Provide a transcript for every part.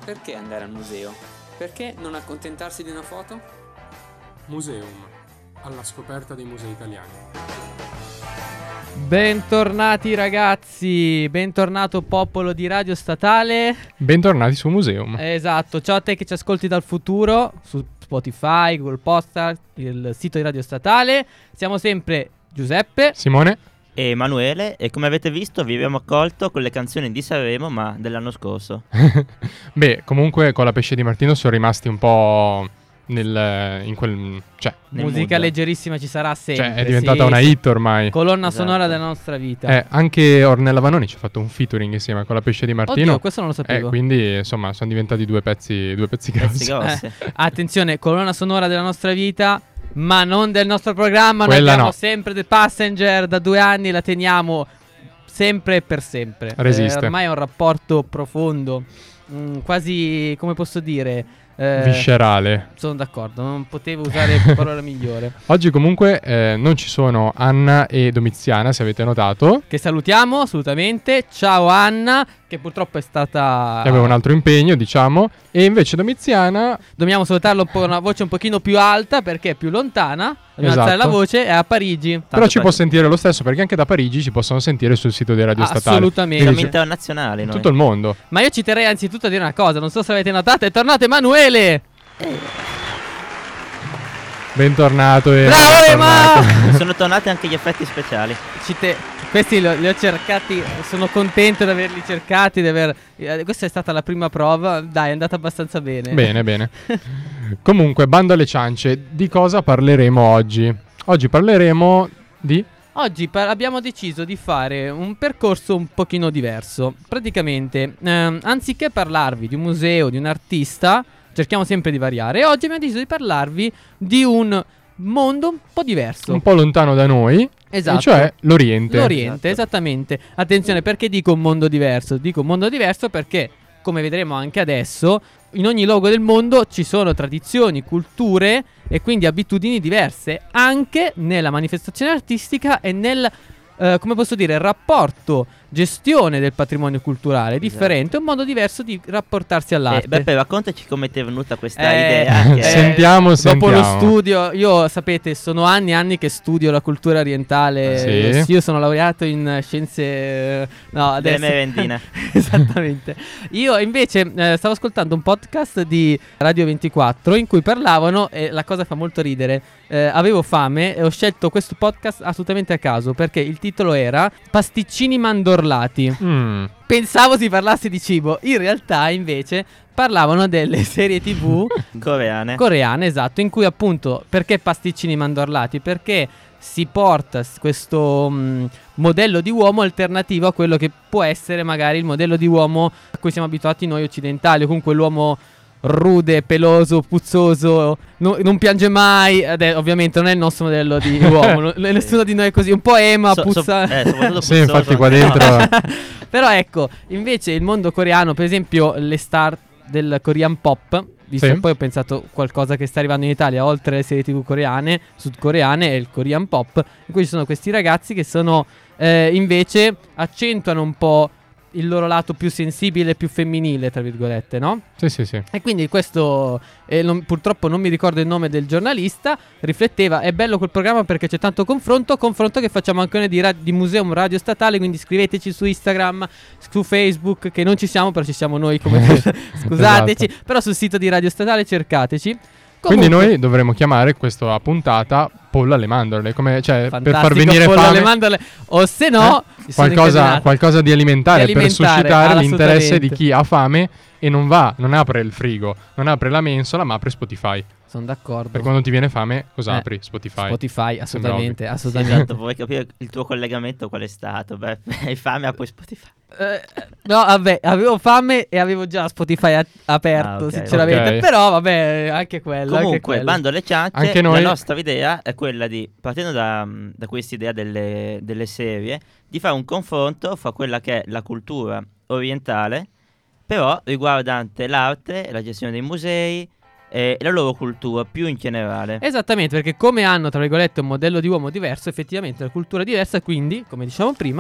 Perché andare al museo? Perché non accontentarsi di una foto? Museum, alla scoperta dei musei italiani. Bentornati ragazzi, bentornato popolo di Radio Statale. Bentornati su Museum. Esatto, ciao a te che ci ascolti dal futuro su Spotify, Google Podcast, il sito di Radio Statale. Siamo sempre Giuseppe, Simone e Emanuele, e come avete visto vi abbiamo accolto con le canzoni di Sanremo ma dell'anno scorso. Beh, comunque con la Pesce di Martino sono rimasti un po' in quel, cioè, nel musica mood. leggerissima ci sarà sempre. è diventata sì, una sì. hit ormai. Colonna Esatto. sonora della nostra vita. Anche Ornella Vanoni ci ha fatto un featuring insieme con la Pesce di Martino. Oddio, questo non lo sapevo. Quindi insomma sono diventati due pezzi Pezzi grossi. grossi. Attenzione, colonna sonora della nostra vita, ma non del nostro programma. Noi Quella abbiamo no. sempre The Passenger, da 2 anni la teniamo sempre e per sempre. Resiste. Ormai è un rapporto profondo, quasi, come posso dire, Viscerale. sono d'accordo, non potevo usare parola migliore. Oggi comunque non ci sono Anna e Domiziana, se avete notato, Che salutiamo assolutamente. Ciao Anna, che purtroppo è stata... che aveva un altro impegno, diciamo, e invece Domiziana Dobbiamo salutarlo con una voce un pochino più alta perché è più lontana. Dobbiamo Esatto. alzare la voce, è a Parigi. però ci poi- può sentire lo stesso, perché anche da Parigi ci possono sentire sul sito di Radio Statale. Assolutamente. Siamo Quindi internazionali in noi. tutto il mondo. Ma io ci terrei anzitutto a dire una cosa, non so se avete notato, è tornato Emanuele! Bentornato e Bravo Ema! Sono tornati anche gli effetti speciali. Questi li ho cercati, sono contento di averli cercati, questa è stata la prima prova, dai, è andata abbastanza bene. Bene. Comunque, bando alle ciance, di cosa parleremo oggi? Oggi parleremo di... Oggi abbiamo deciso di fare un percorso un pochino diverso. Praticamente, anziché parlarvi di un museo, di un artista, cerchiamo sempre di variare. E oggi abbiamo deciso di parlarvi di un mondo un po' diverso. un po' lontano da noi, Esatto. e cioè l'Oriente. L'Oriente, Esatto. esattamente. Attenzione, perché dico un mondo diverso? Dico un mondo diverso perché, come vedremo anche adesso, in ogni luogo del mondo ci sono tradizioni, culture e quindi abitudini diverse, anche nella manifestazione artistica e nel, come posso dire, rapporto, gestione del patrimonio culturale. È differente, è un modo diverso di rapportarsi all'arte. Beppe, raccontaci come ti è venuta questa Eh, idea. Sentiamo. Dopo lo studio, io sapete, sono anni e anni che studio la cultura orientale. Sì. Io sono laureato in scienze. No, Delle adesso. merendine. Esattamente. Io invece stavo ascoltando un podcast di Radio 24 in cui parlavano, e la cosa fa molto ridere. Avevo fame e ho scelto questo podcast assolutamente a caso perché il titolo era Pasticcini mandorlati. Pensavo si parlasse di cibo, in realtà invece parlavano delle serie TV coreane, esatto, in cui appunto, perché pasticcini mandorlati? Perché si porta questo modello di uomo alternativo a quello che può essere magari il modello di uomo a cui siamo abituati noi occidentali, o comunque l'uomo rude, peloso, puzzoso, non piange mai. Ovviamente non è il nostro modello di uomo, nessuno di noi è così, un po' ema, puzza. Soprattutto Sì, infatti puzzoso. qua dentro Però ecco, invece il mondo coreano, per esempio le star del Korean pop, visto Sì. che poi ho pensato qualcosa che sta arrivando in Italia oltre le serie TV coreane, sudcoreane, e il Korean pop, in cui ci sono questi ragazzi che sono invece accentuano un po' il loro lato più sensibile, più femminile, tra virgolette, no? Sì. E quindi questo, purtroppo non mi ricordo il nome del giornalista, rifletteva, è bello quel programma perché c'è tanto confronto che facciamo anche noi di Museum Radio Statale, quindi scriveteci su Instagram, su Facebook, che non ci siamo, però ci siamo noi, come scusateci, Esatto. però sul sito di Radio Statale cercateci. Quindi Comunque, noi dovremmo chiamare questa puntata Pollo alle mandorle, come, cioè, per fantastico, far venire pollo alle fame, mandorle, o se no sono incasinati. qualcosa di alimentare, per suscitare l'interesse assolutamente. di chi ha fame e non apre il frigo, non apre la mensola, ma apre Spotify. Sono d'accordo. Perché quando ti viene fame, cosa Eh, apri? Spotify. Spotify, assolutamente, Sì, assolutamente. esatto, vorrei capire il tuo collegamento qual è stato. Hai fame, poi Spotify. No, vabbè, avevo fame e avevo già Spotify aperto, Ah, ok, sinceramente. ok. Però, vabbè, anche quello. anche Comunque, quello. bando alle ciance, Anche noi- la nostra idea è quella di, partendo da questa idea delle serie, di fare un confronto fra quella che è la cultura orientale, però riguardante l'arte, la gestione dei musei e la loro cultura più in generale. Esattamente, perché come hanno, tra virgolette, un modello di uomo diverso, effettivamente la cultura è diversa, quindi, come diciamo prima,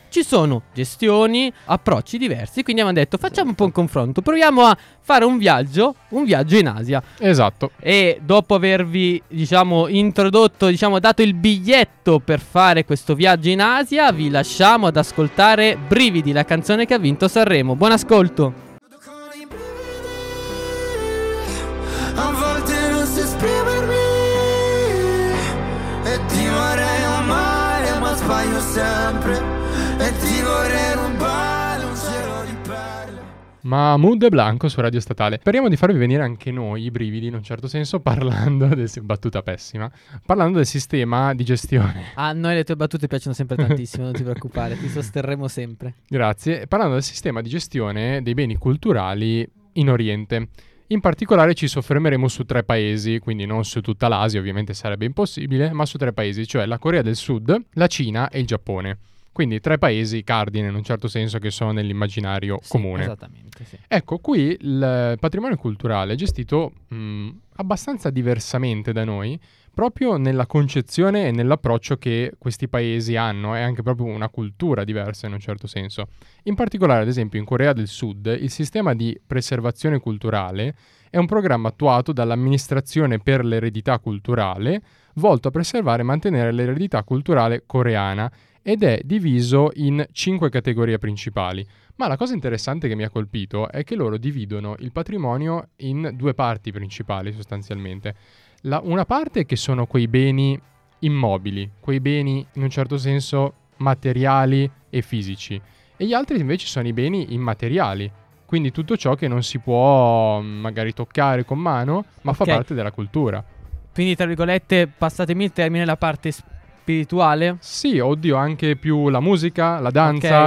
ci sono gestioni, approcci diversi, quindi abbiamo detto facciamo un po' un confronto, proviamo a fare un viaggio in Asia. Esatto. E dopo avervi, diciamo, introdotto, diciamo, dato il biglietto per fare questo viaggio in Asia, vi lasciamo ad ascoltare Brividi, la canzone che ha vinto Sanremo. Buon ascolto. A volte non so esprimermi e ti vorrei amare ma sbaglio sempre e ti vorrei rubare un cielo di perle. Mahmood e Blanco su Radio Statale. Speriamo di farvi venire anche noi i brividi in un certo senso parlando battuta pessima, parlando del sistema di gestione. A noi le tue battute piacciono sempre tantissimo, non ti preoccupare, ti sosterremo sempre. Grazie. Parlando del sistema di gestione dei beni culturali in Oriente. In particolare ci soffermeremo su 3 paesi, quindi non su tutta l'Asia, ovviamente sarebbe impossibile, ma su 3 paesi, cioè la Corea del Sud, la Cina e il Giappone. Quindi 3 paesi cardine in un certo senso che sono nell'immaginario comune. Esattamente, sì. Ecco, qui il patrimonio culturale è gestito abbastanza diversamente da noi, proprio nella concezione e nell'approccio che questi paesi hanno, è anche proprio una cultura diversa in un certo senso. In particolare, ad esempio, in Corea del Sud, il sistema di preservazione culturale è un programma attuato dall'amministrazione per l'eredità culturale, volto a preservare e mantenere l'eredità culturale coreana, ed è diviso in 5 categorie principali. Ma la cosa interessante che mi ha colpito è che loro dividono il patrimonio in 2 parti principali sostanzialmente. Una parte che sono quei beni immobili, quei beni in un certo senso materiali e fisici, e gli altri invece sono i beni immateriali, quindi tutto ciò che non si può magari toccare con mano, ma fa parte della cultura. Quindi, tra virgolette, passatemi il termine, la parte spirituale? Sì, oddio, anche più la musica, la danza,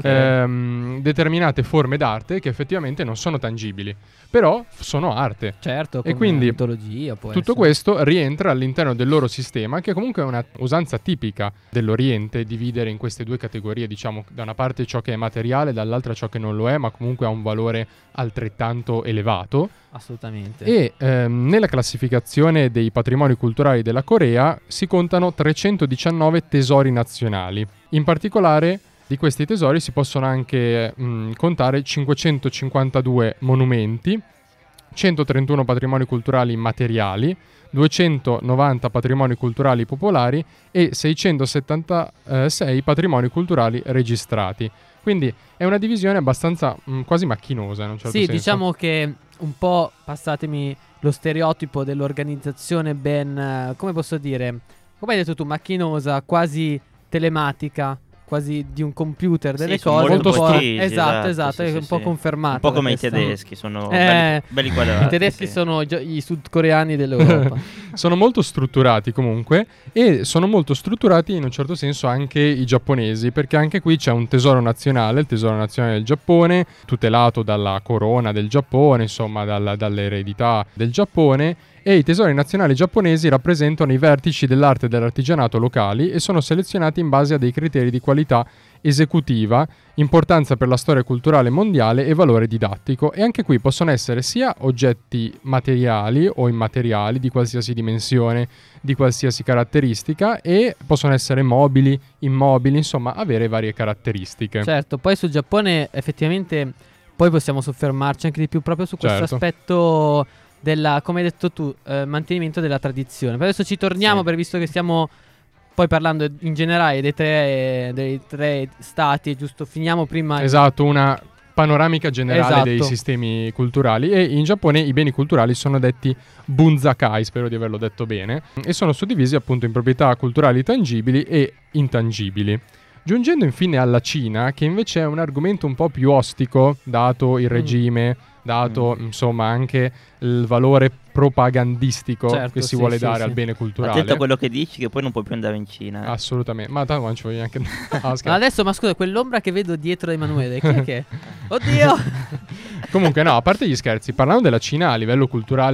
Ok. determinate forme d'arte che effettivamente non sono tangibili, però sono arte. Certo, E come quindi mitologia, può tutto essere. questo rientra all'interno del loro sistema, che comunque è una usanza tipica dell'Oriente, dividere in queste 2 categorie, diciamo, da una parte ciò che è materiale, dall'altra ciò che non lo è, ma comunque ha un valore altrettanto elevato. Assolutamente. E nella classificazione dei patrimoni culturali della Corea si contano 319 tesori nazionali. In particolare di questi tesori si possono anche contare 552 monumenti, 131 patrimoni culturali immateriali, 290 patrimoni culturali popolari e 676 patrimoni culturali registrati. Quindi è una divisione abbastanza quasi macchinosa in un certo senso. Sì, diciamo che un po', passatemi lo stereotipo dell'organizzazione ben, come posso dire, come hai detto tu, macchinosa, quasi telematica, quasi di un computer, delle Sì, sono cose. molto un po', precisi, esatto, sì, è sì, un po' sì. confermato. Un po' come i da questa- tedeschi, sono belli quadrati. I tedeschi sì. sono i sudcoreani dell'Europa. Sono molto strutturati comunque, e sono molto strutturati in un certo senso anche i giapponesi, perché anche qui c'è un tesoro nazionale, il tesoro nazionale del Giappone, tutelato dalla corona del Giappone, insomma dall'eredità del Giappone, e i tesori nazionali giapponesi rappresentano i vertici dell'arte e dell'artigianato locali e sono selezionati in base a dei criteri di qualità esecutiva, importanza per la storia culturale mondiale e valore didattico. E anche qui possono essere sia oggetti materiali o immateriali di qualsiasi dimensione, di qualsiasi caratteristica, e possono essere mobili, immobili, insomma avere varie caratteristiche. Certo, poi sul Giappone effettivamente poi possiamo soffermarci anche di più proprio su questo Certo. aspetto della, come hai detto tu, mantenimento della tradizione. Per adesso ci torniamo, Sì. visto che stiamo poi parlando in generale dei tre stati, giusto? Finiamo prima. Esatto, una panoramica generale Esatto. dei sistemi culturali. E in Giappone i beni culturali sono detti bunzakai, spero di averlo detto bene, e sono suddivisi appunto in proprietà culturali tangibili e intangibili. Giungendo infine alla Cina, che invece è un argomento un po' più ostico, dato il regime, dato insomma anche il valore propagandistico Certo, che si sì, vuole sì, dare sì. al bene culturale. Attento a quello che dici, che poi non puoi più andare in Cina. Assolutamente, ma tanto non ci voglio neanche Ah, Ma scherzo. adesso, ma scusa, quell'ombra che vedo dietro Emanuele, chi è che? Oddio! Comunque no, a parte gli scherzi, parlando della Cina a livello culturale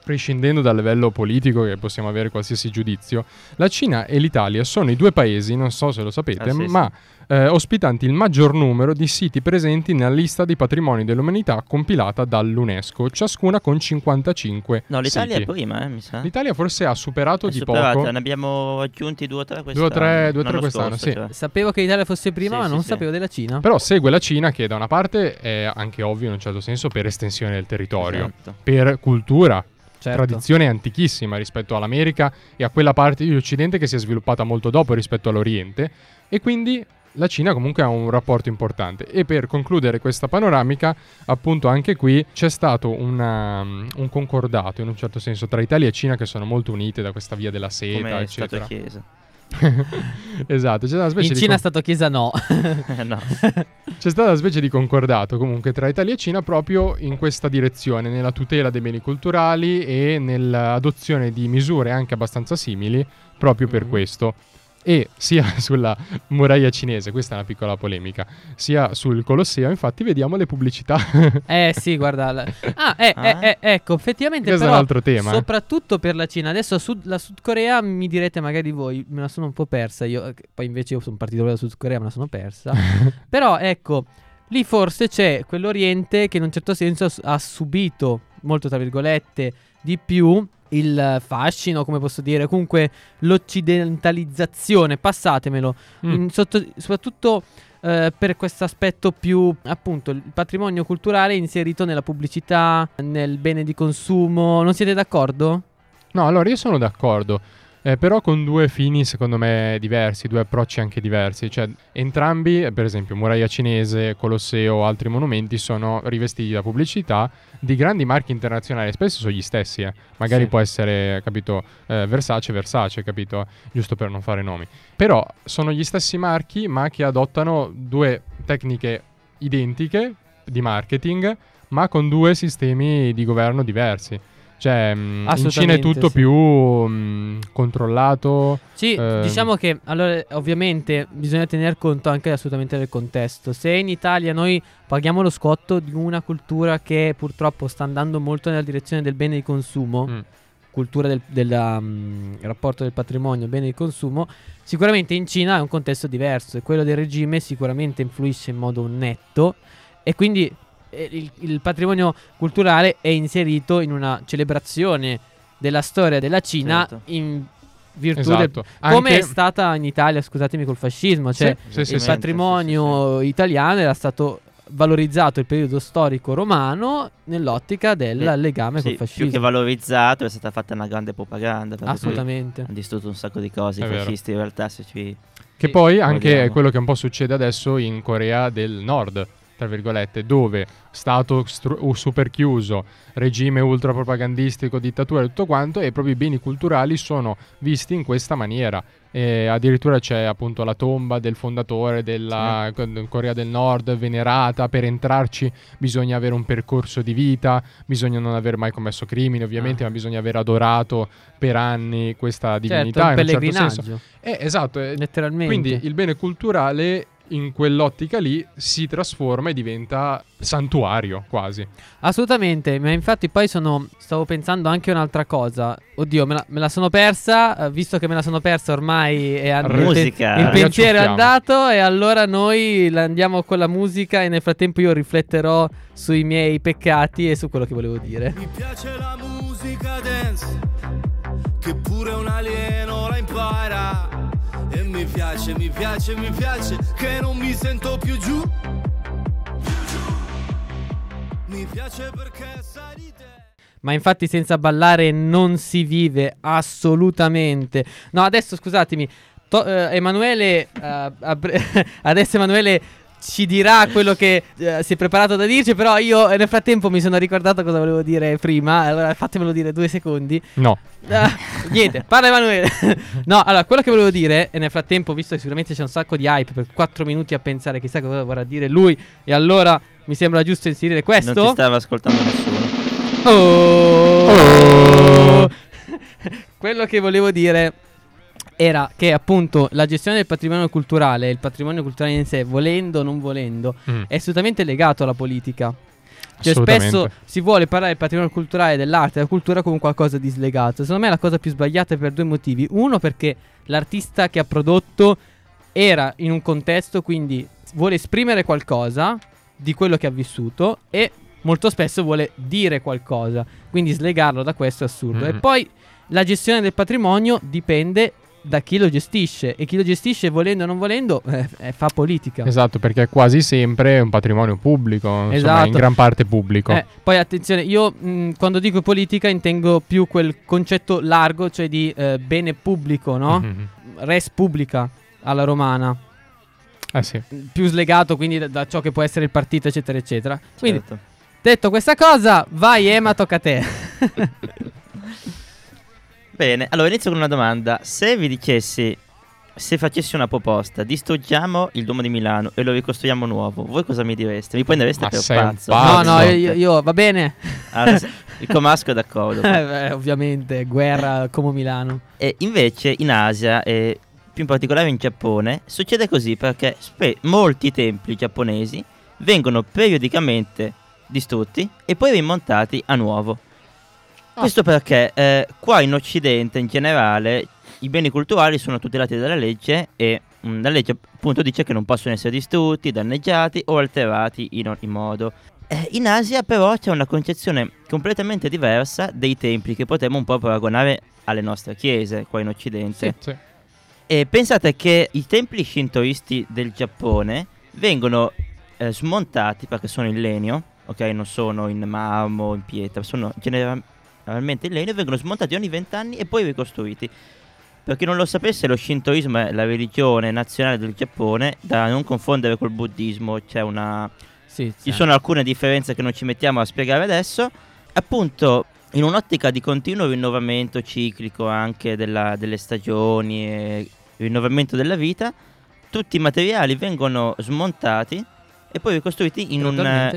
prescindendo dal livello politico che possiamo avere qualsiasi giudizio, la Cina e l'Italia sono i due paesi, non so se lo sapete, ma ospitanti il maggior numero di siti presenti nella lista dei patrimoni dell'umanità compilata dall'UNESCO, ciascuna con 55 No, l'Italia siti. è prima, mi sa. L'Italia forse ha superato È di superato, poco. ne abbiamo aggiunti 2 o 3 quest'anno. 2 o 3 l'anno quest'anno, scorso, sì. cioè. Sapevo che l'Italia fosse prima, Sì, ma sì, non sì. sapevo della Cina. Però segue la Cina, che da una parte è anche ovvio in un certo senso per estensione del territorio, Esatto. per cultura, Certo. tradizione antichissima rispetto all'America e a quella parte dell'Occidente che si è sviluppata molto dopo rispetto all'Oriente, e quindi la Cina comunque ha un rapporto importante. E per concludere questa panoramica, appunto anche qui c'è stato un concordato in un certo senso tra Italia e Cina, che sono molto unite da questa via della seta, Come è stato eccetera. Chiesa. Esatto, c'è stata una specie In di Cina è stato Chiesa no. No. C'è stata una specie di concordato comunque tra Italia e Cina proprio in questa direzione, nella tutela dei beni culturali e nell'adozione di misure anche abbastanza simili proprio per questo. E sia sulla muraglia cinese, questa è una piccola polemica, sia sul Colosseo, infatti vediamo le pubblicità. Sì, guarda. Ecco, effettivamente Questo è però un altro tema. soprattutto per la Cina. Adesso la Sud Corea, mi direte magari voi, me la sono un po' persa io, poi invece io sono partito dalla Sud Corea, me la sono persa. Però ecco, lì forse c'è quell'Oriente che in un certo senso ha subito, molto tra virgolette, di più il fascino, come posso dire, comunque l'occidentalizzazione, passatemelo, soprattutto per questo aspetto più, appunto, il patrimonio culturale inserito nella pubblicità, nel bene di consumo. Non siete d'accordo? No, allora io sono d'accordo, però con due fini secondo me diversi, due approcci anche diversi. Cioè entrambi, per esempio muraglia cinese, Colosseo, altri monumenti sono rivestiti da pubblicità di grandi marchi internazionali, spesso sono gli stessi, magari Sì. può essere, capito, Versace, capito, giusto per non fare nomi. Però sono gli stessi marchi ma che adottano due tecniche identiche di marketing ma con due sistemi di governo diversi. Cioè, in Cina è tutto sì. più controllato. Sì, diciamo che allora ovviamente bisogna tener conto anche assolutamente del contesto. Se in Italia noi paghiamo lo scotto di una cultura che purtroppo sta andando molto nella direzione del bene di consumo, cultura del rapporto del patrimonio bene di consumo, sicuramente in Cina è un contesto diverso e quello del regime sicuramente influisce in modo netto, e quindi il patrimonio culturale è inserito in una celebrazione della storia della Cina, Certo. in virtù Esatto. come Anche- è stata in Italia, scusatemi, col fascismo, cioè Sì, sì, il sì. patrimonio italiano era stato valorizzato il periodo storico romano nell'ottica del legame Sì, col più fascismo. che valorizzato è stata fatta una grande propaganda, perché Assolutamente. poi hanno distrutto un sacco di cose È i vero. fascisti, in realtà, se ci... Che Sì, poi anche è vogliamo. quello che un po' succede adesso in Corea del Nord, tra virgolette, dove stato super chiuso, regime ultra propagandistico, dittatura e tutto quanto, e proprio i beni culturali sono visti in questa maniera. E addirittura c'è appunto la tomba del fondatore della Corea del Nord venerata. Per entrarci bisogna avere un percorso di vita, bisogna non aver mai commesso crimini ovviamente, ma bisogna aver adorato per anni questa divinità, Certo, un in un certo pellegrinaggio, senso. Esatto, letteralmente. quindi il bene culturale in quell'ottica lì si trasforma e diventa santuario quasi. Assolutamente, ma infatti poi stavo pensando anche un'altra cosa. Oddio, me la sono persa, visto che me la sono persa ormai Musica. il pensiero è Riacciuffiamo. andato, e allora noi andiamo con la musica e nel frattempo io rifletterò sui miei peccati e su quello che volevo dire. Mi piace la musica dance, che pure un alieno la impara. E mi piace che non mi sento più giù. Mi piace perché sai di te. Ma infatti senza ballare non si vive assolutamente. No, adesso scusatemi, Emanuele, adesso Emanuele ci dirà quello che si è preparato da dirci, però io nel frattempo mi sono ricordato cosa volevo dire prima, allora fatemelo dire 2 secondi. No. Niente, parla Emanuele. No, allora quello che volevo dire, e nel frattempo, visto che sicuramente c'è un sacco di hype, per 4 minuti a pensare chissà cosa vorrà dire lui, e allora mi sembra giusto inserire questo. Non ti stava ascoltando nessuno. Oh! Quello che volevo dire era che appunto la gestione del patrimonio culturale, il patrimonio culturale in sé, volendo o non volendo, è assolutamente legato alla politica. Cioè Assolutamente. spesso si vuole parlare del patrimonio culturale, dell'arte, della cultura come qualcosa di slegato. Secondo me è la cosa più sbagliata per due motivi. Uno, perché l'artista che ha prodotto era in un contesto, quindi vuole esprimere qualcosa di quello che ha vissuto e molto spesso vuole dire qualcosa, quindi slegarlo da questo è assurdo. E poi la gestione del patrimonio dipende da chi lo gestisce, e chi lo gestisce, volendo o non volendo, fa politica. Esatto, perché è quasi sempre un patrimonio pubblico, insomma, Esatto. in gran parte pubblico. Poi attenzione, io quando dico politica intendo più quel concetto largo, cioè di bene pubblico, no? Mhm. Res publica alla romana, Sì. più slegato quindi da ciò che può essere il partito, eccetera eccetera. Quindi Certo. detto questa cosa, vai Ema, tocca a te. Bene, allora inizio con una domanda. Se vi dicessi, se facessi una proposta, distruggiamo il Duomo di Milano e lo ricostruiamo nuovo, voi cosa mi direste? Mi prendereste Ma per sei un pazzo? pazzo. No, io va bene. Il Comasco è d'accordo. Ovviamente, guerra come Milano. E invece in Asia, e più in particolare in Giappone, succede così perché molti templi giapponesi vengono periodicamente distrutti e poi rimontati a nuovo. Questo perché qua in Occidente in generale i beni culturali sono tutelati dalla legge e la legge appunto dice che non possono essere distrutti, danneggiati o alterati in ogni modo. In Asia però c'è una concezione completamente diversa dei templi che potremmo un po' paragonare alle nostre chiese qua in Occidente. Sì. E pensate che i templi shintoisti del Giappone vengono smontati perché sono in legno, ok? Non sono in marmo, in pietra, sono generalmente in legno, vengono smontati ogni 20 anni e poi ricostruiti. Per chi non lo sapesse, lo shintoismo è la religione nazionale del Giappone, da non confondere col buddismo. Ci sono alcune differenze che non ci mettiamo a spiegare adesso. Appunto, in un'ottica di continuo rinnovamento ciclico anche delle stagioni e rinnovamento della vita, tutti i materiali vengono smontati e poi ricostruiti in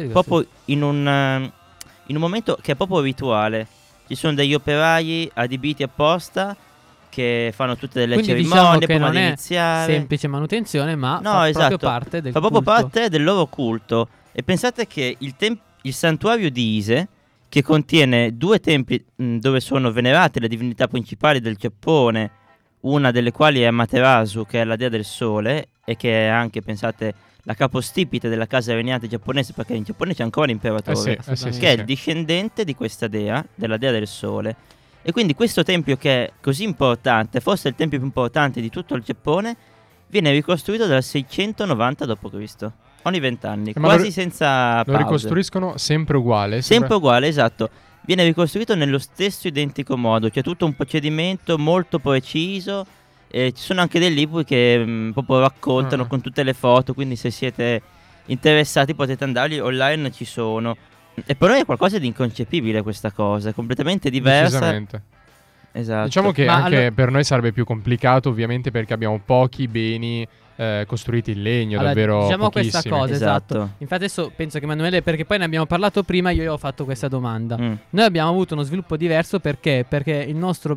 un momento che è proprio rituale. Ci sono degli operai adibiti apposta che fanno tutte delle Quindi cerimonie diciamo che prima non di è iniziare. semplice manutenzione, ma No, fa esatto. proprio parte del Fa proprio culto. parte del loro culto. E pensate che il santuario di Ise, che contiene 2 templi dove sono venerate le divinità principali del Giappone, una delle quali è Amaterasu, che è la dea del sole, e che è anche, pensate, la capostipite della casa regnante giapponese, perché in Giappone c'è ancora l'imperatore, Sì, che è il discendente di questa dea, della dea del sole. E quindi questo tempio, che è così importante, forse il tempio più importante di tutto il Giappone, viene ricostruito dal 690 d.C. ogni 20 anni, Ma quasi senza Lo pause. ricostruiscono sempre uguale. Sempre uguale, esatto. Viene ricostruito nello stesso identico modo. C'è tutto un procedimento molto preciso. Ci sono anche dei libri che proprio raccontano con tutte le foto. Quindi se siete interessati potete andarli, online ci sono. E per noi è qualcosa di inconcepibile questa cosa. È completamente diversa. Decisamente. Esatto. Diciamo che Ma anche per noi sarebbe più complicato, ovviamente, perché abbiamo pochi beni costruiti in legno, Allora, davvero diciamo pochissimi. questa cosa, esatto. Esatto. Infatti adesso penso che Emanuele, perché poi ne abbiamo parlato prima, io ho fatto questa domanda. Mm. Noi abbiamo avuto uno sviluppo diverso perché il nostro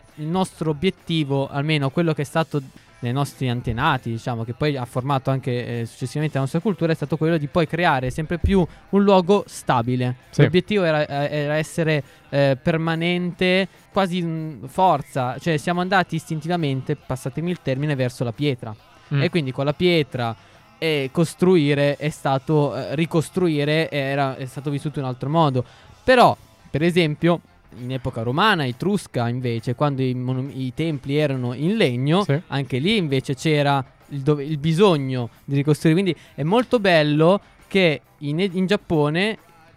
obiettivo, almeno quello che è stato nei nostri antenati, diciamo, che poi ha formato anche successivamente la nostra cultura, è stato quello di poi creare sempre più un luogo stabile. Sì. L'obiettivo era essere permanente, quasi forza, cioè siamo andati istintivamente, passatemi il termine, verso la pietra. E quindi con la pietra costruire è stato ricostruire è stato vissuto in un altro modo. Però, per esempio, in epoca romana, etrusca, invece, quando i templi erano in legno, Sì. anche lì invece c'era il bisogno di ricostruire. Quindi è molto bello che in Giappone,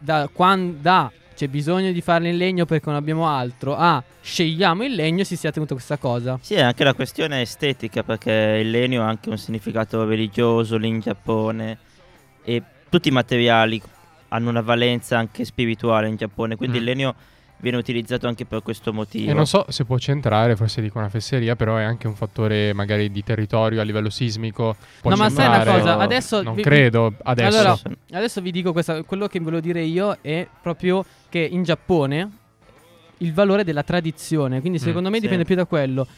quando c'è bisogno di farlo in legno perché non abbiamo altro, scegliamo il legno, si sia tenuto questa cosa. Sì, è anche la questione estetica, perché il legno ha anche un significato religioso lì in Giappone e tutti i materiali hanno una valenza anche spirituale in Giappone, quindi il legno viene utilizzato anche per questo motivo. E non so se può centrare, forse dico una fesseria, però è anche un fattore magari di territorio a livello sismico. Può No, ma sai una centrare, cosa, adesso non credo adesso. Allora, adesso vi dico quello che volevo dire io è proprio che in Giappone il valore della tradizione, quindi secondo me sì. dipende più da quello.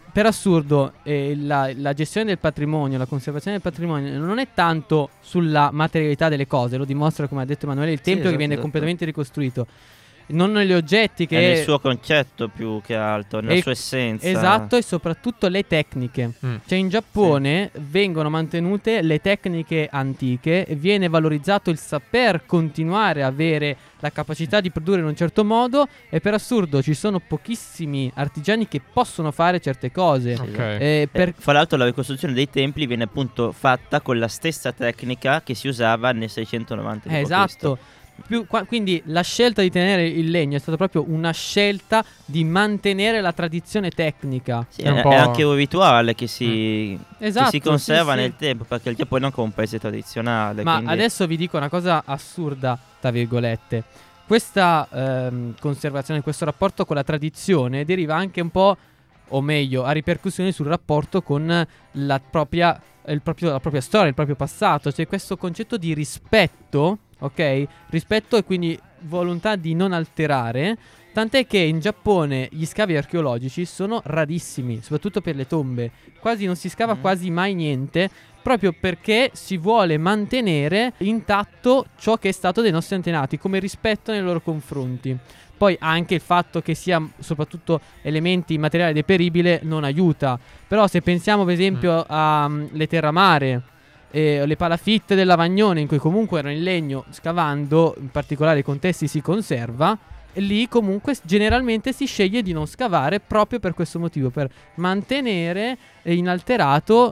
per assurdo la gestione del patrimonio, la conservazione del patrimonio non è tanto sulla materialità delle cose, lo dimostra, come ha detto Emanuele, il tempio che viene completamente ricostruito, non negli oggetti che è nel suo concetto più che altro, nella sua essenza. Esatto, e soprattutto le tecniche. Cioè in Giappone vengono mantenute le tecniche antiche, viene valorizzato il saper continuare a avere la capacità di produrre in un certo modo, e per assurdo ci sono pochissimi artigiani che possono fare certe cose. Fra l'altro la ricostruzione dei templi viene appunto fatta con la stessa tecnica che si usava nel 690 esatto. Quindi la scelta di tenere il legno è stata proprio una scelta di mantenere la tradizione tecnica. Sì, è anche un rituale che si conserva sì, nel tempo, perché il Giappone è anche un paese tradizionale. Ma quindi... adesso vi dico una cosa assurda, tra virgolette. Questa conservazione, questo rapporto con la tradizione deriva anche un po', o meglio, ha ripercussioni sul rapporto con la propria storia, il proprio passato. Cioè questo concetto di rispetto, ok? Rispetto e quindi volontà di non alterare. Tant'è che in Giappone gli scavi archeologici sono rarissimi, soprattutto per le tombe. Quasi non si scava quasi mai niente, proprio perché si vuole mantenere intatto ciò che è stato dei nostri antenati, come rispetto nei loro confronti. Poi anche il fatto che sia soprattutto elementi in materiale deperibile non aiuta. Però se pensiamo per esempio alle terramare, le palafitte del Lavagnone, in cui comunque erano in legno, scavando, in particolare i contesti si conserva, e lì comunque generalmente si sceglie di non scavare proprio per questo motivo, per mantenere inalterato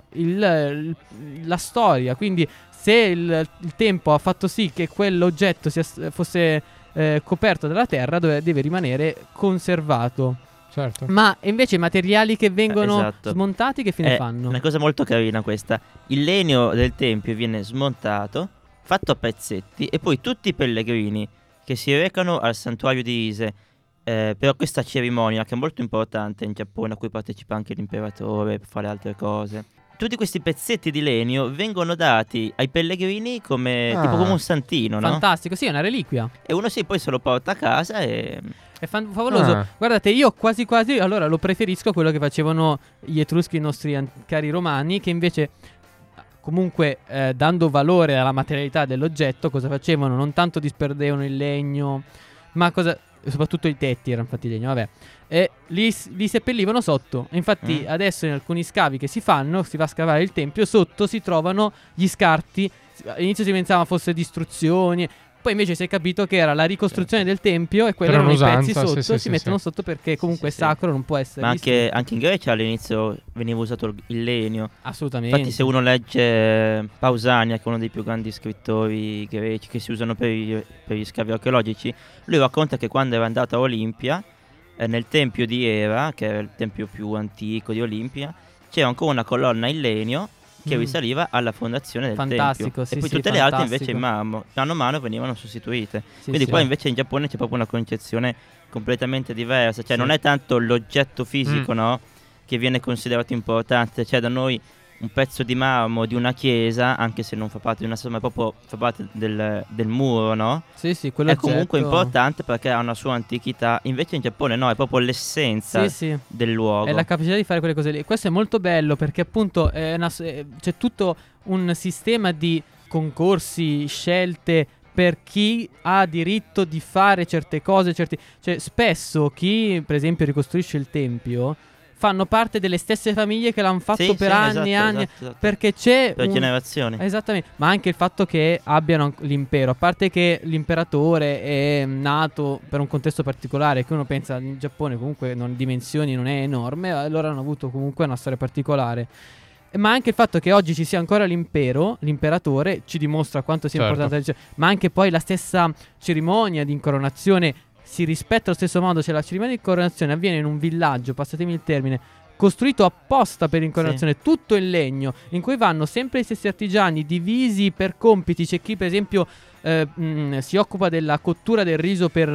la storia. Quindi se il tempo ha fatto sì che quell'oggetto fosse coperto dalla terra, deve rimanere conservato. Certo. Ma invece i materiali che vengono smontati, che fine fanno? Una cosa molto carina questa. Il legno del tempio viene smontato, fatto a pezzetti, e poi tutti i pellegrini che si recano al santuario di Ise per questa cerimonia, che è molto importante in Giappone, a cui partecipa anche l'imperatore per fare altre cose. Tutti questi pezzetti di legno vengono dati ai pellegrini come tipo come un santino, no? Fantastico, sì, è una reliquia. E uno poi se lo porta a casa e... È favoloso. Guardate, io quasi allora lo preferisco a quello che facevano gli Etruschi, i nostri cari romani, che invece comunque dando valore alla materialità dell'oggetto, cosa facevano? Non tanto disperdevano il legno, ma soprattutto i tetti erano fatti di legno, vabbè. E li seppellivano sotto. Infatti adesso in alcuni scavi che si fanno, si va a scavare il tempio, sotto si trovano gli scarti. All'inizio si pensava fosse distruzioni, poi invece si è capito che era la ricostruzione del tempio, e quelli erano i pezzi sotto, si mettono sotto perché comunque è sacro, non può essere ma anche in Grecia all'inizio veniva usato il legno. Assolutamente. Infatti se uno legge Pausania, che è uno dei più grandi scrittori greci che si usano per gli scavi archeologici, lui racconta che quando era andato a Olimpia, nel tempio di Era, che era il tempio più antico di Olimpia, c'era ancora una colonna in legno che risaliva alla fondazione del tempio, e poi tutte le altre invece in marmo, mano a mano venivano sostituite. Quindi qua invece in Giappone c'è proprio una concezione completamente diversa, cioè non è tanto l'oggetto fisico, no, che viene considerato importante. Cioè da noi un pezzo di marmo di una chiesa, anche se non fa parte di una ma proprio fa parte del muro, no? Sì, è comunque importante perché ha una sua antichità. Invece in Giappone no, è proprio l'essenza del luogo. È la capacità di fare quelle cose lì. Questo è molto bello perché appunto c'è tutto un sistema di concorsi, scelte per chi ha diritto di fare certe cose, cioè spesso chi per esempio ricostruisce il tempio fanno parte delle stesse famiglie che l'hanno fatto per anni e anni, esatto. Perché c'è per generazioni. Esattamente, ma anche il fatto che abbiano l'impero, a parte che l'imperatore è nato per un contesto particolare, che uno pensa in Giappone comunque dimensioni non è enorme, allora hanno avuto comunque una storia particolare. Ma anche il fatto che oggi ci sia ancora l'imperatore ci dimostra quanto sia importante, ma anche poi la stessa cerimonia di incoronazione si rispetta allo stesso modo. Cioè la cerimonia di incoronazione avviene in un villaggio, passatemi il termine, costruito apposta per l'incoronazione, tutto in legno, in cui vanno sempre gli stessi artigiani divisi per compiti. C'è chi per esempio si occupa della cottura del riso per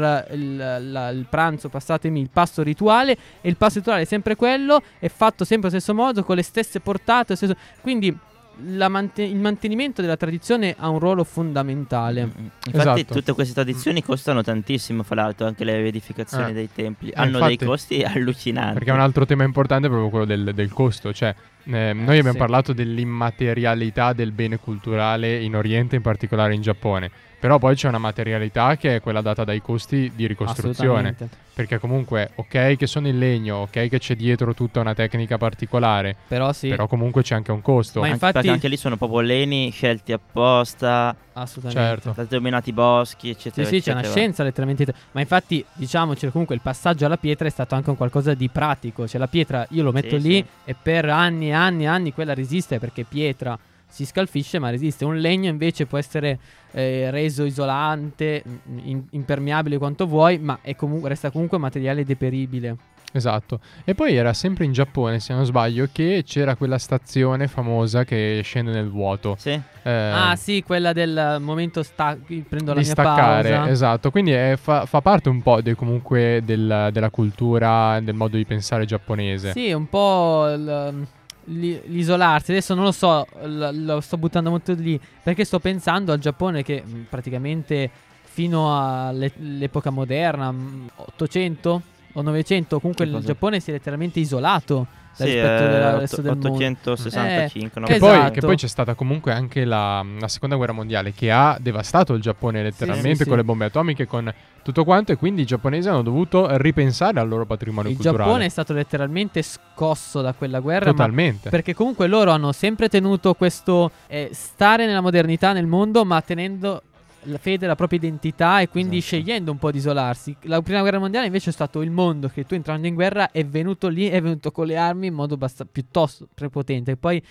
il pranzo, passatemi, il pasto rituale, e il pasto rituale è sempre quello, è fatto sempre allo stesso modo, con le stesse portate, quindi il mantenimento della tradizione ha un ruolo fondamentale. Infatti Esatto. tutte queste tradizioni costano tantissimo, fra l'altro anche le riedificazioni dei templi hanno infatti, dei costi allucinanti. Perché un altro tema importante è proprio quello del costo, cioè noi abbiamo sì. parlato dell'immaterialità del bene culturale in Oriente, in particolare in Giappone, però poi c'è una materialità che è quella data dai costi di ricostruzione, Assolutamente. perché comunque ok che sono in legno, ok che c'è dietro tutta una tecnica particolare, Però sì, però comunque c'è anche un costo. Ma infatti- perché anche lì sono proprio legni scelti apposta assolutamente. Certo. da determinati boschi, eccetera. Sì, c'è una eccetera. scienza letteralmente. Ma infatti, diciamoci, comunque il passaggio alla pietra è stato anche un qualcosa di pratico. Cioè la pietra io lo metto Sì, lì sì. e per anni e anni e anni quella resiste, perché pietra si scalfisce ma resiste. Un legno invece può essere reso isolante, impermeabile quanto vuoi, ma resta comunque materiale deperibile. Esatto. E poi era sempre in Giappone, se non sbaglio, che c'era quella stazione famosa che scende nel vuoto. Sì. Ah sì, quella del momento prendo la Di mia staccare, pausa. esatto. Quindi fa parte un po' comunque della cultura, del modo di pensare giapponese. Sì, un po' l'isolarsi. Adesso non lo so, lo sto buttando molto lì, perché sto pensando al Giappone che praticamente fino all'epoca moderna, 800 o 900, comunque Che il cosa? Giappone si è letteralmente isolato Sì, rispetto al resto del mondo. 865, no? Che, Esatto. che poi c'è stata comunque anche la seconda guerra mondiale che ha devastato il Giappone letteramente sì, con sì. le bombe atomiche, con tutto quanto, e quindi i giapponesi hanno dovuto ripensare al loro patrimonio Il culturale. Giappone è stato letteralmente scosso da quella guerra, ma Totalmente. perché comunque loro hanno sempre tenuto questo stare nella modernità nel mondo, ma tenendo la fede, la propria identità, e quindi Esatto. scegliendo un po' di isolarsi. La prima guerra mondiale invece è stato il mondo che, tu entrando in guerra, è venuto lì, è venuto con le armi in modo piuttosto prepotente. Poi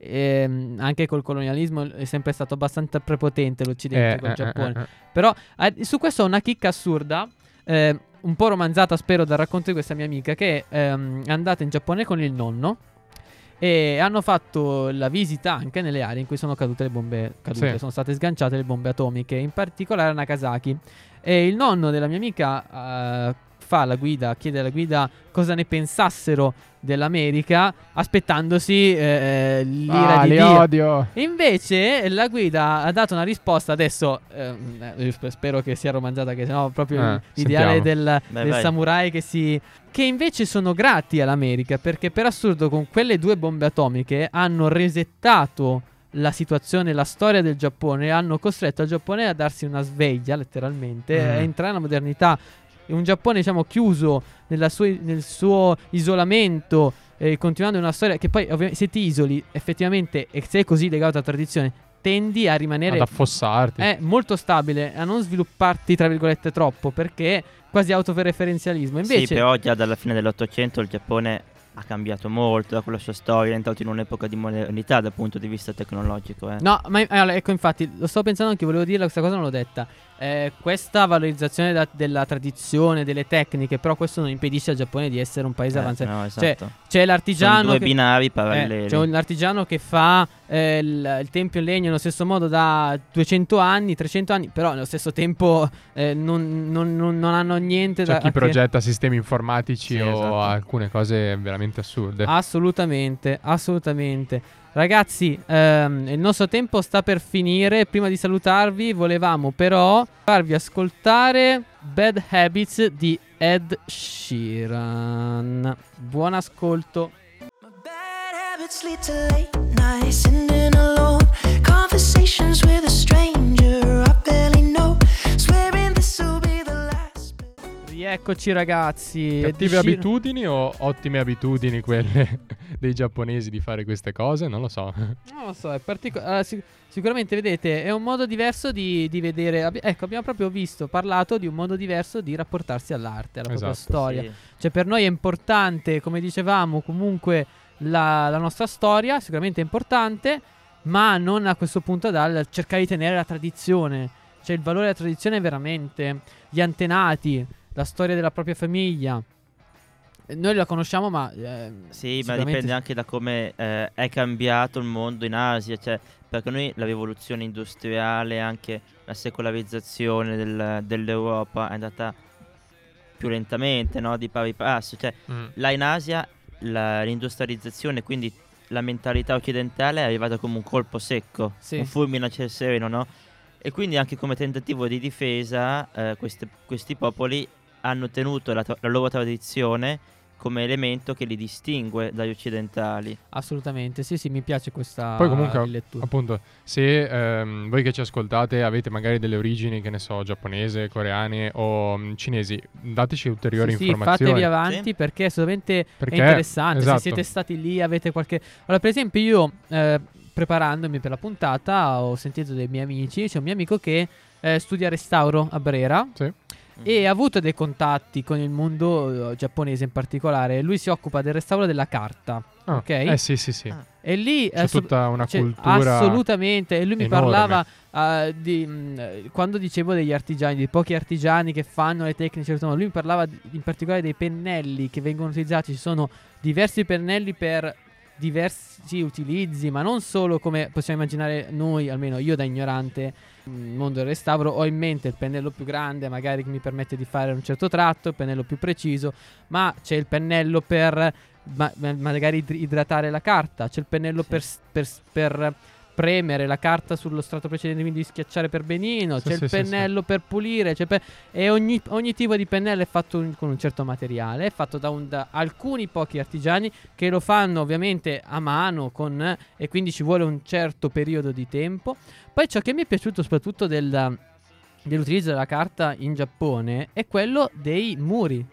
anche col colonialismo è sempre stato abbastanza prepotente l'Occidente col Giappone. Però su questo ho una chicca assurda, un po' romanzata spero dal racconto di questa mia amica, che è andata in Giappone con il nonno e hanno fatto la visita anche nelle aree in cui sono cadute le bombe, Sì. sono state sganciate le bombe atomiche, in particolare a Nagasaki. E il nonno della mia amica chiede alla guida cosa ne pensassero dell'America, aspettandosi l'ira di li Dio. odio. Invece la guida ha dato una risposta. Adesso io spero che sia romanzata, che sennò proprio l'ideale sentiamo. Vai, del vai. samurai che invece sono grati all'America, perché per assurdo con quelle 2 bombe atomiche hanno resettato la situazione, la storia del Giappone, e hanno costretto il Giappone a darsi una sveglia letteralmente, a entrare nella modernità. Un Giappone, diciamo, chiuso nel suo isolamento, continuando una storia che poi ovviamente, se ti isoli effettivamente e sei così legato alla tradizione, tendi a rimanere Ad affossarti. molto stabile, a non svilupparti tra virgolette troppo, perché è quasi autoreferenzialismo. Invece Sì, però già dalla fine dell'Ottocento il Giappone ha cambiato molto da quella sua storia, è entrato in un'epoca di modernità dal punto di vista tecnologico. no, ma allora, ecco, infatti lo stavo pensando anche, volevo dirla questa cosa, non l'ho detta. Questa valorizzazione della tradizione, delle tecniche, però questo non impedisce al Giappone di essere un paese avanzato. No, Cioè, esatto. c'è l'artigiano Sono due che, binari paralleli. c'è un artigiano che fa il tempio in legno nello stesso modo da 200 anni, 300 anni, però nello stesso tempo non hanno niente C'è da chi progetta sistemi informatici Sì, o esatto. alcune cose veramente assurde. Assolutamente, assolutamente. Ragazzi, il nostro tempo sta per finire. Prima di salutarvi volevamo però farvi ascoltare Bad Habits di Ed Sheeran. Buon ascolto. My bad habits lead to late nights, sitting alone, conversations with a stranger I barely know, swearing this will be the last. Rieccoci ragazzi. Cattive Ed Sheeran- abitudini o ottime abitudini quelle dei giapponesi di fare queste cose? Non lo so. Non lo so, è sicuramente vedete, è un modo diverso di vedere. Ecco, abbiamo proprio parlato di un modo diverso di rapportarsi all'arte, alla propria Esatto. storia. Sì. Cioè, per noi è importante, come dicevamo, comunque la nostra storia, sicuramente è importante, ma non a questo punto dal cercare di tenere la tradizione. Cioè, il valore della tradizione è veramente gli antenati, la storia della propria famiglia. Noi la conosciamo, ma Sì, ma sicuramente dipende anche da come è cambiato il mondo in Asia, cioè, perché noi la rivoluzione industriale, anche la secolarizzazione dell'Europa è andata più lentamente, no? Di pari passo, cioè là in Asia l'industrializzazione, quindi la mentalità occidentale è arrivata come un colpo secco, Sì. un fulmine a ciel sereno, no? E quindi anche come tentativo di difesa questi popoli hanno tenuto la loro tradizione come elemento che li distingue dagli occidentali. Assolutamente, sì, mi piace questa Poi comunque, lettura. appunto, se voi che ci ascoltate avete magari delle origini, che ne so, giapponese, coreane o cinesi, dateci ulteriori Sì, informazioni. fatevi avanti Sì. perché assolutamente Perché, è interessante. esatto. Se siete stati lì, avete qualche... Allora, per esempio, io preparandomi per la puntata ho sentito dei miei amici. C'è un mio amico che studia restauro a Brera Sì. e ha avuto dei contatti con il mondo giapponese in particolare. Lui si occupa del restauro della carta, Ah, ok? sì. Ah. E lì C'è tutta una cioè, cultura assolutamente. E lui mi enorme. parlava quando dicevo degli artigiani, di pochi artigiani che fanno le tecniche. Lui mi parlava in particolare dei pennelli che vengono utilizzati. Ci sono diversi pennelli per diversi utilizzi, ma non solo come possiamo immaginare noi, almeno io da ignorante nel mondo del restauro ho in mente il pennello più grande, magari che mi permette di fare un certo tratto, il pennello più preciso, ma c'è il pennello per magari idratare la carta, c'è il pennello per premere la carta sullo strato precedente, quindi schiacciare per benino, Sì, c'è sì, il sì, pennello per pulire, e ogni tipo di pennello è fatto con un certo materiale, è fatto da alcuni pochi artigiani che lo fanno ovviamente a mano e quindi ci vuole un certo periodo di tempo. Poi ciò che mi è piaciuto soprattutto dell'utilizzo della carta in Giappone è quello dei muri.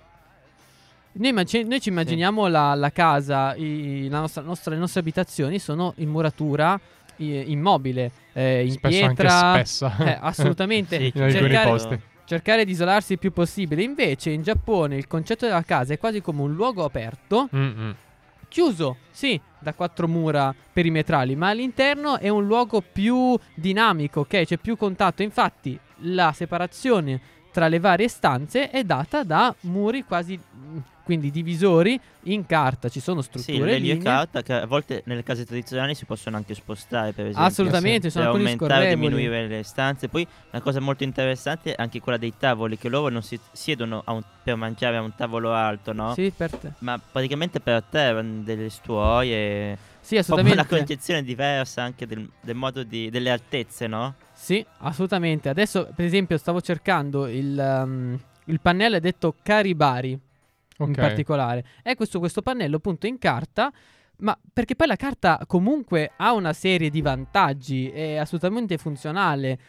Noi ci immaginiamo la casa, le nostre abitazioni sono in muratura in mobile, in spesso pietra, anche spessa. assolutamente. Sì, In alcuni cercare, posti. cercare di isolarsi il più possibile. Invece in Giappone il concetto della casa è quasi come un luogo aperto, chiuso, sì, da 4 mura perimetrali, ma all'interno è un luogo più dinamico, ok? C'è più contatto. Infatti la separazione tra le varie stanze è data da muri quasi, quindi divisori in carta. Ci sono Sì, strutture legno e linee. carta che a volte nelle case tradizionali si possono anche spostare, per esempio. Assolutamente, sono Per alcuni aumentare e scorrevoli. diminuire le stanze. Poi una cosa molto interessante è anche quella dei tavoli, che loro non si siedono per mangiare a un tavolo alto, no? Sì, per te. Ma praticamente per terra, delle stuoie. Sì, Proprio assolutamente. una concezione diversa anche del modo delle altezze, no? Sì, assolutamente. Adesso, per esempio, stavo cercando il pannello è detto Karibari in Ok. particolare. È questo pannello appunto in carta, ma perché poi la carta comunque ha una serie di vantaggi, è assolutamente funzionale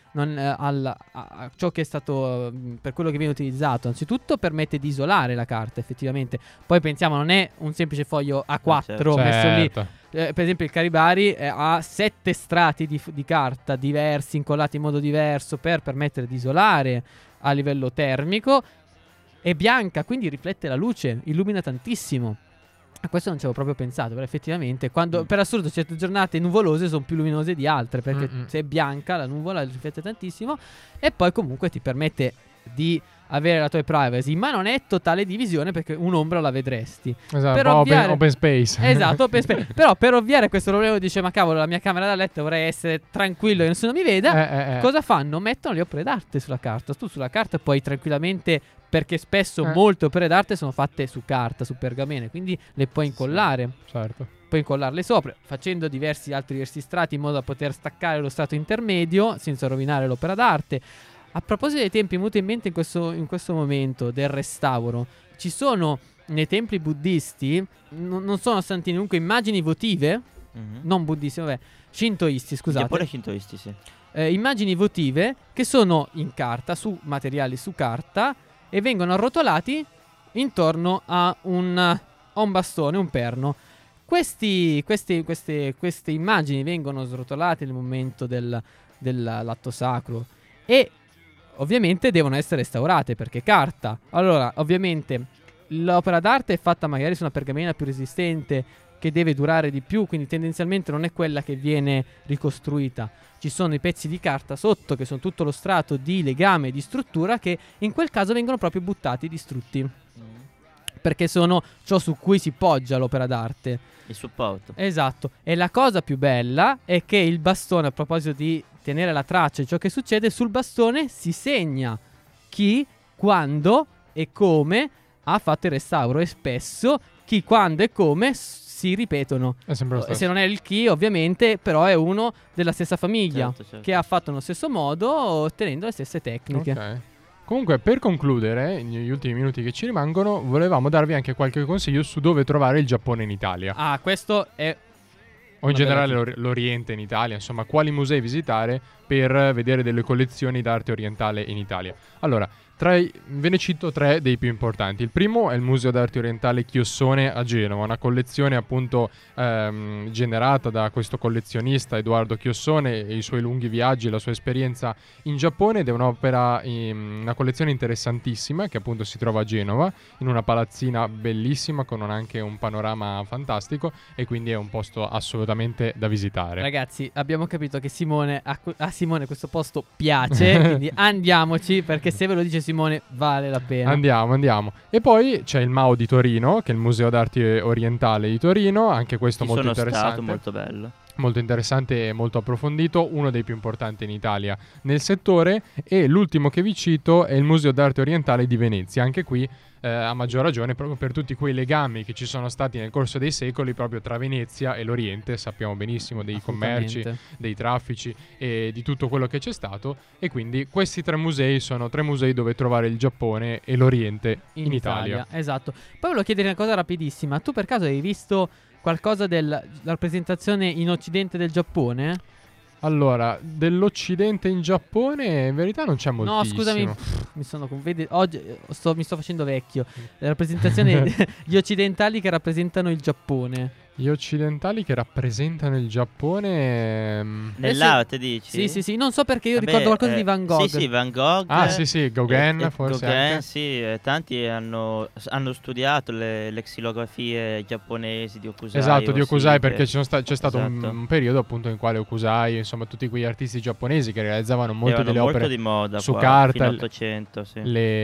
a ciò che è stato per quello che viene utilizzato. Anzitutto permette di isolare la carta effettivamente. Poi pensiamo, non è un semplice foglio A4 Certo. messo lì. Certo. Per esempio il Karibari ha 7 strati di carta diversi, incollati in modo diverso per permettere di isolare a livello termico. È bianca, quindi riflette la luce, illumina tantissimo. A questo non ci avevo proprio pensato, però effettivamente quando per assurdo certe giornate nuvolose sono più luminose di altre, perché se è bianca la nuvola riflette tantissimo. E poi comunque ti permette di avere la tua privacy, ma non è totale divisione, perché un'ombra la vedresti. Esatto, Per un po' ovviare- open space. Esatto, però per ovviare questo problema dice, ma cavolo, la mia camera da letto vorrei essere tranquillo che nessuno mi veda. Cosa fanno? Mettono le opere d'arte sulla carta. Tu sulla carta puoi tranquillamente, perché spesso molte opere d'arte sono fatte su carta, su pergamene, quindi le puoi incollare. Certo. Puoi incollarle sopra, facendo diversi strati in modo da poter staccare lo strato intermedio senza rovinare l'opera d'arte. A proposito dei templi, mi è venuto in mente in questo momento del restauro, ci sono nei templi buddisti, non sono santini, comunque immagini votive, non buddisti, vabbè, shintoisti, scusate. Giappone shintoisti, sì. Immagini votive che sono in carta, su materiali su carta, e vengono arrotolati intorno a un bastone, un perno. Queste immagini vengono srotolate nel momento dell'atto sacro e ovviamente devono essere restaurate, perché carta. Allora, ovviamente l'opera d'arte è fatta magari su una pergamena più resistente, che deve durare di più, quindi tendenzialmente non è quella che viene ricostruita. Ci sono i pezzi di carta sotto, che sono tutto lo strato di legame e di struttura, che in quel caso vengono proprio buttati, distrutti, perché sono ciò su cui si poggia l'opera d'arte. Il supporto. Esatto. E la cosa più bella è che il bastone, a proposito di tenere la traccia di ciò che succede, sul bastone si segna chi, quando e come ha fatto il restauro, e spesso chi, quando e come si ripetono. È sempre lo stesso. Se non è il chi, ovviamente, però è uno della stessa famiglia, Certo. che ha fatto nello stesso modo, ottenendo le stesse tecniche. Ok. Comunque, per concludere, negli ultimi minuti che ci rimangono, volevamo darvi anche qualche consiglio su dove trovare il Giappone in Italia. Ah, questo è O in una bella generale l'Oriente in Italia, insomma, quali musei visitare per vedere delle collezioni d'arte orientale in Italia. Allora, ve ne cito 3 dei più importanti. Il primo è il Museo d'Arte Orientale Chiossone a Genova, una collezione appunto generata da questo collezionista Edoardo Chiossone e i suoi lunghi viaggi e la sua esperienza in Giappone, ed è una collezione interessantissima che appunto si trova a Genova, in una palazzina bellissima con anche un panorama fantastico, e quindi è un posto assolutamente da visitare. Ragazzi, abbiamo capito che a Simone questo posto piace, quindi andiamoci, perché se ve lo dice Simone vale la pena. Andiamo. E poi c'è il MAO di Torino, che è il Museo d'Arte Orientale di Torino, anche questo molto sono interessante. stato, molto bello. Molto interessante e molto approfondito, uno dei più importanti in Italia nel settore. E l'ultimo che vi cito è il Museo d'Arte Orientale di Venezia, anche qui a maggior ragione proprio per tutti quei legami che ci sono stati nel corso dei secoli proprio tra Venezia e l'Oriente. Sappiamo benissimo dei commerci, dei traffici e di tutto quello che c'è stato, e quindi questi 3 musei sono 3 musei dove trovare il Giappone e l'Oriente in Italia. Esatto. Poi volevo chiedere una cosa rapidissima: tu per caso hai visto qualcosa della rappresentazione in Occidente del Giappone? Allora, dell'Occidente in Giappone in verità non c'è moltissimo. No, scusami, vedi, oggi mi sto facendo vecchio. La rappresentazione gli occidentali che rappresentano il Giappone. Gli occidentali che rappresentano il Giappone. Nell'arte dici? Sì, non so perché io ricordo qualcosa di Van Gogh. Sì, Van Gogh. Ah, sì, Gauguin forse Gauguin, anche. sì, tanti hanno studiato le xilografie giapponesi di Okusai. Esatto, di Okusai, sì, perché c'è stato esatto. un periodo appunto in quale Okusai, insomma tutti quei artisti giapponesi che realizzavano molte delle molto opere di moda su qua, carta, fino all'800, sì.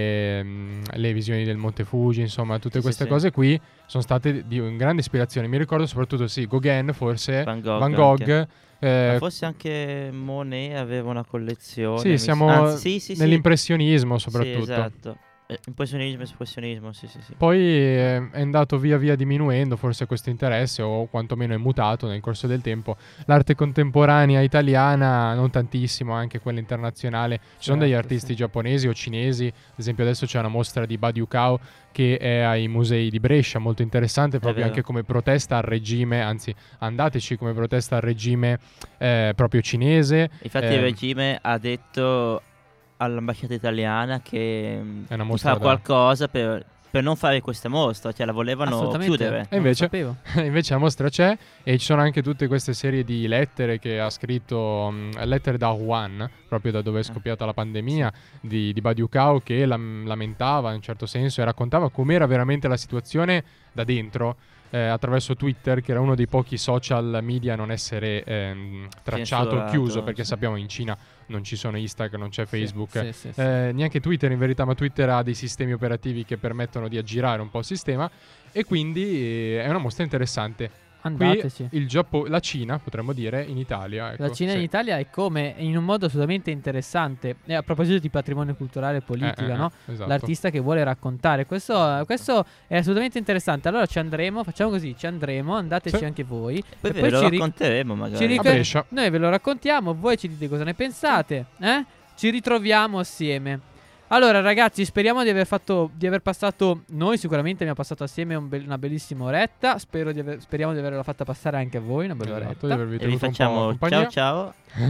le visioni del Monte Fuji, insomma tutte Sì, queste sì. cose qui sono state di grande ispirazione. Mi ricordo soprattutto Gauguin forse, Van Gogh Van Gogh anche. Ma forse anche Monet aveva una collezione. Sì, siamo nell'impressionismo soprattutto. Sì, esatto. Impressionismo, espressionismo, sì. Poi è andato via via diminuendo forse questo interesse, o quantomeno è mutato nel corso del tempo. L'arte contemporanea italiana non tantissimo, anche quella internazionale. Ci sono degli artisti giapponesi o cinesi, ad esempio adesso c'è una mostra di Badiou Kao che è ai musei di Brescia, molto interessante, proprio anche come protesta al regime, anzi andateci, come protesta al regime proprio cinese. Infatti il regime ha detto all'ambasciata italiana che fa qualcosa per non fare questa mostra, cioè la volevano chiudere. E invece la mostra c'è, e ci sono anche tutte queste serie di lettere che ha scritto, lettere da Wuhan, proprio da dove è scoppiata la pandemia, di Badiou Kao, che lamentava in un certo senso e raccontava com'era veramente la situazione da dentro, attraverso Twitter, che era uno dei pochi social media a non essere tracciato o chiuso, perché sappiamo in Cina non ci sono Instagram, non c'è Facebook, neanche Twitter in verità, ma Twitter ha dei sistemi operativi che permettono di aggirare un po' il sistema, e quindi è una mostra interessante. Andateci. Qui la Cina, potremmo dire, in Italia. Ecco, la Cina in Italia è come, in un modo assolutamente interessante. E a proposito di patrimonio culturale e politica, no? Esatto. L'artista che vuole raccontare. Questo è assolutamente interessante. Allora ci andremo, facciamo così, andateci anche voi. Poi ve lo racconteremo magari. A Brescia. Noi ve lo raccontiamo, voi ci dite cosa ne pensate. Ci ritroviamo assieme. Allora ragazzi, speriamo di aver passato, noi sicuramente abbiamo passato assieme una bellissima oretta. Speriamo di averla fatta passare anche a voi una bella oretta. E vi facciamo ciao.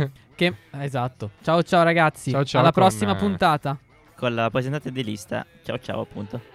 Esatto. Ciao ragazzi. Ciao, alla prossima puntata. Con la presentata di lista. Ciao appunto.